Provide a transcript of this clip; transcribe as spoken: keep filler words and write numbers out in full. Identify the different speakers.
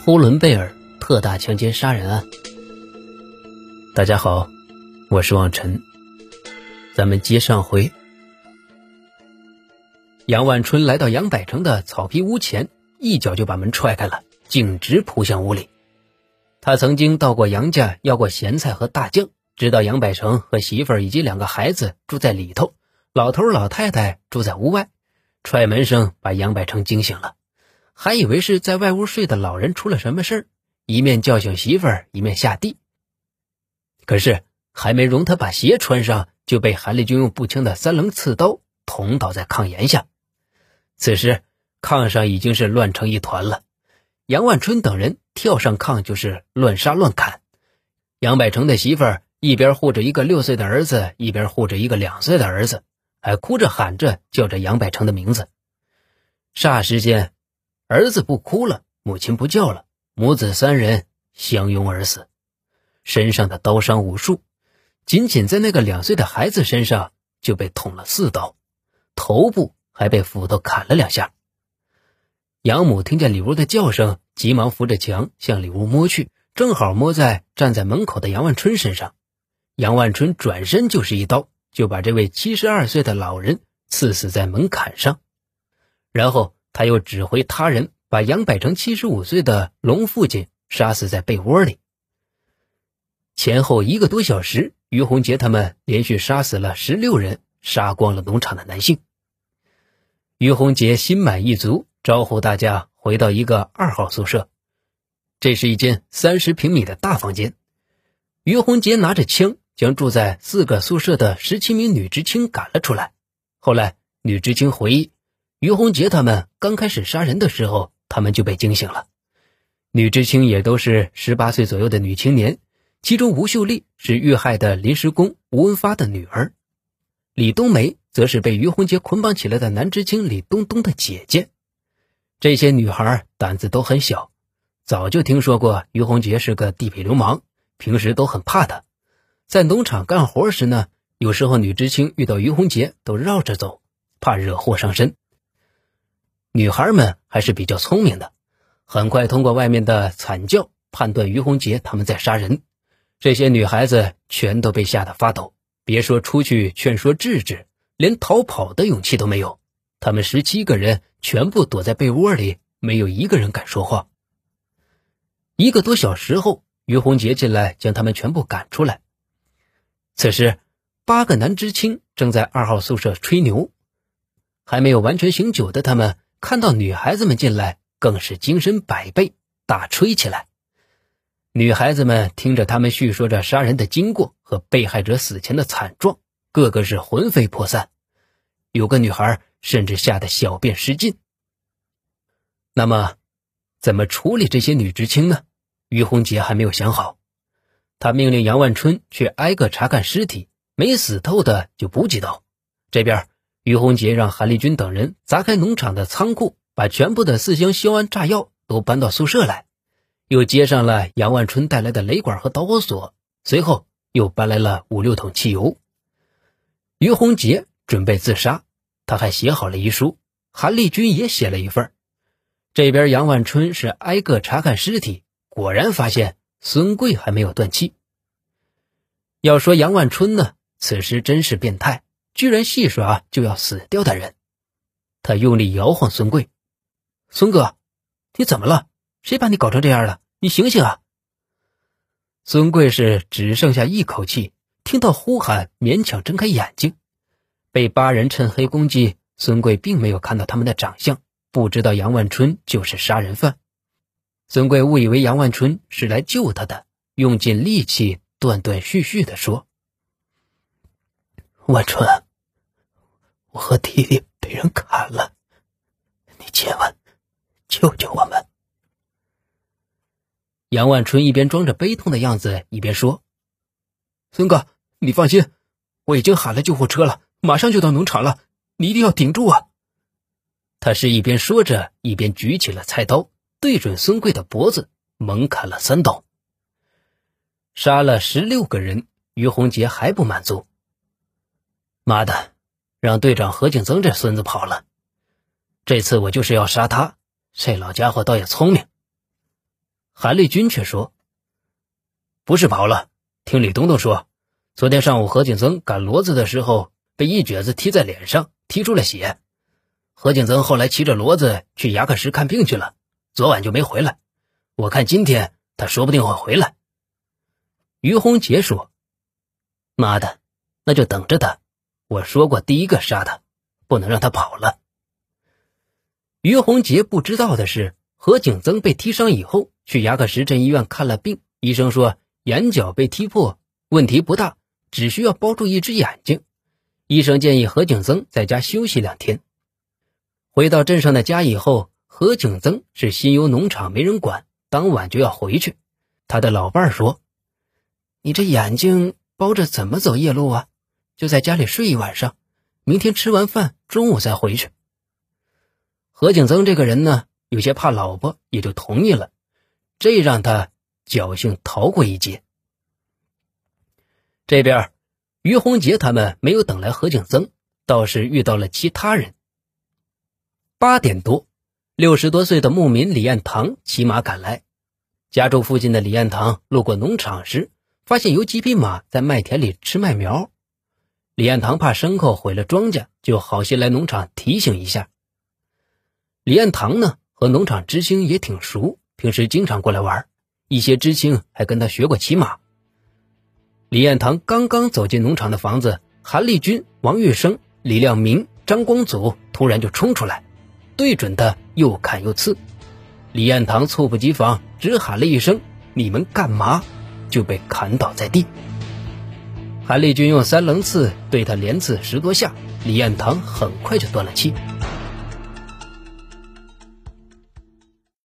Speaker 1: 呼伦贝尔特大强奸杀人案。大家好，我是望尘。咱们接上回。杨万春来到杨百成的草皮屋前，一脚就把门踹开了，径直扑向屋里。他曾经到过杨家要过咸菜和大酱，知道杨百成和媳妇儿以及两个孩子住在里头，老头老太太住在屋外。踹门声把杨百成惊醒了，还以为是在外屋睡的老人出了什么事儿，一面叫醒媳妇儿，一面下地。可是还没容他把鞋穿上，就被韩立军用步枪的三棱刺刀捅倒在炕沿下。此时炕上已经是乱成一团了，杨万春等人跳上炕就是乱杀乱砍。杨百成的媳妇儿一边护着一个六岁的儿子，一边护着一个两岁的儿子，还哭着喊着叫着杨百成的名字。霎时间，儿子不哭了，母亲不叫了，母子三人相拥而死，身上的刀伤无数，仅仅在那个两岁的孩子身上就被捅了四刀，头部还被斧头砍了两下。杨母听见里屋的叫声，急忙扶着墙向里屋摸去，正好摸在站在门口的杨万春身上。杨万春转身就是一刀，就把这位七十二岁的老人刺死在门槛上。然后他又指挥他人把杨百成七十五岁的龙父亲杀死在被窝里。前后一个多小时，于洪杰他们连续杀死了十六人，杀光了农场的男性。于洪杰心满意足，招呼大家回到一个二号宿舍。这是一间三十平米的大房间。于洪杰拿着枪将住在四个宿舍的十七名女知青赶了出来。后来女知青回忆，于洪杰他们刚开始杀人的时候，他们就被惊醒了。女知青也都是十八岁左右的女青年，其中吴秀丽是遇害的临时工吴文发的女儿，李冬梅则是被于洪杰捆绑起来的男知青李东东的姐姐。这些女孩胆子都很小，早就听说过于洪杰是个地痞流氓，平时都很怕他。在农场干活时呢，有时候女知青遇到于洪杰都绕着走，怕惹祸上身。女孩们还是比较聪明的，很快通过外面的惨叫判断于洪杰他们在杀人。这些女孩子全都被吓得发抖，别说出去劝说制止，连逃跑的勇气都没有。他们十七个人全部躲在被窝里，没有一个人敢说话。一个多小时后，于洪杰进来将他们全部赶出来。此时八个男知青正在二号宿舍吹牛，还没有完全醒酒的他们看到女孩子们进来，更是精神百倍，大吹起来。女孩子们听着他们叙说着杀人的经过和被害者死前的惨状，个个是魂飞魄散，有个女孩甚至吓得小便失禁。那么怎么处理这些女知青呢？于洪杰还没有想好。他命令杨万春去挨个查看尸体，没死透的就补几刀。这边于洪杰让韩立军等人砸开农场的仓库，把全部的四箱硝铵炸药都搬到宿舍来，又接上了杨万春带来的雷管和导火索，随后又搬来了五六桶汽油。于洪杰准备自杀，他还写好了遗书，韩立军也写了一份。这边杨万春是挨个查看尸体，果然发现孙贵还没有断气。要说杨万春呢，此时真是变态，居然戏耍就要死掉的人。他用力摇晃孙贵，孙哥，你怎么了？谁把你搞成这样了？你醒醒啊！孙贵是只剩下一口气，听到呼喊勉强睁开眼睛。被八人趁黑攻击，孙贵并没有看到他们的长相，不知道杨万春就是杀人犯。孙贵误以为杨万春是来救他的，用尽力气断断续续地说，万春，我和弟弟被人砍了，你千万救救我们。杨万春一边装着悲痛的样子，一边说，孙哥，你放心，我已经喊了救护车了，马上就到农场了，你一定要顶住啊。他是一边说着，一边举起了菜刀，对准孙贵的脖子猛砍了三刀。杀了十六个人，于洪杰还不满足。妈的，让队长何景增这孙子跑了，这次我就是要杀他，这老家伙倒也聪明。 韩立军却说：“不是跑了，听李东东说，昨天上午何景增赶骡子的时候被一蹶子踢在脸上，踢出了血。何景增后来骑着骡子去牙克石看病去了，昨晚就没回来。我看今天他说不定会回来。”于洪杰说：“妈的，那就等着他，我说过第一个杀他，不能让他跑了。”于洪杰不知道的是，何景增被踢伤以后去牙克石镇医院看了病，医生说眼角被踢破，问题不大，只需要包住一只眼睛。医生建议何景增在家休息两天。回到镇上的家以后，何景增是心忧农场没人管，当晚就要回去。他的老伴儿说：“你这眼睛包着怎么走夜路啊？就在家里睡一晚上，明天吃完饭中午再回去。”何景增这个人呢，有些怕老婆，也就同意了，这让他侥幸逃过一劫。这边于洪杰他们没有等来何景增，倒是遇到了其他人。八点多，六十多岁的牧民李彦堂骑马赶来。家住附近的李彦堂路过农场时，发现有几匹马在麦田里吃麦苗。李彦堂怕牲口毁了庄稼，就好心来农场提醒一下。李彦堂呢，和农场知青也挺熟，平时经常过来玩，一些知青还跟他学过骑马。李彦堂刚刚走进农场的房子，韩立军、王玉生、李亮明、张光祖突然就冲出来，对准他又砍又刺。李彦堂猝不及防，只喊了一声“你们干嘛”，就被砍倒在地。韩立军用三棱刺对他连刺十多下，李彦堂很快就断了气。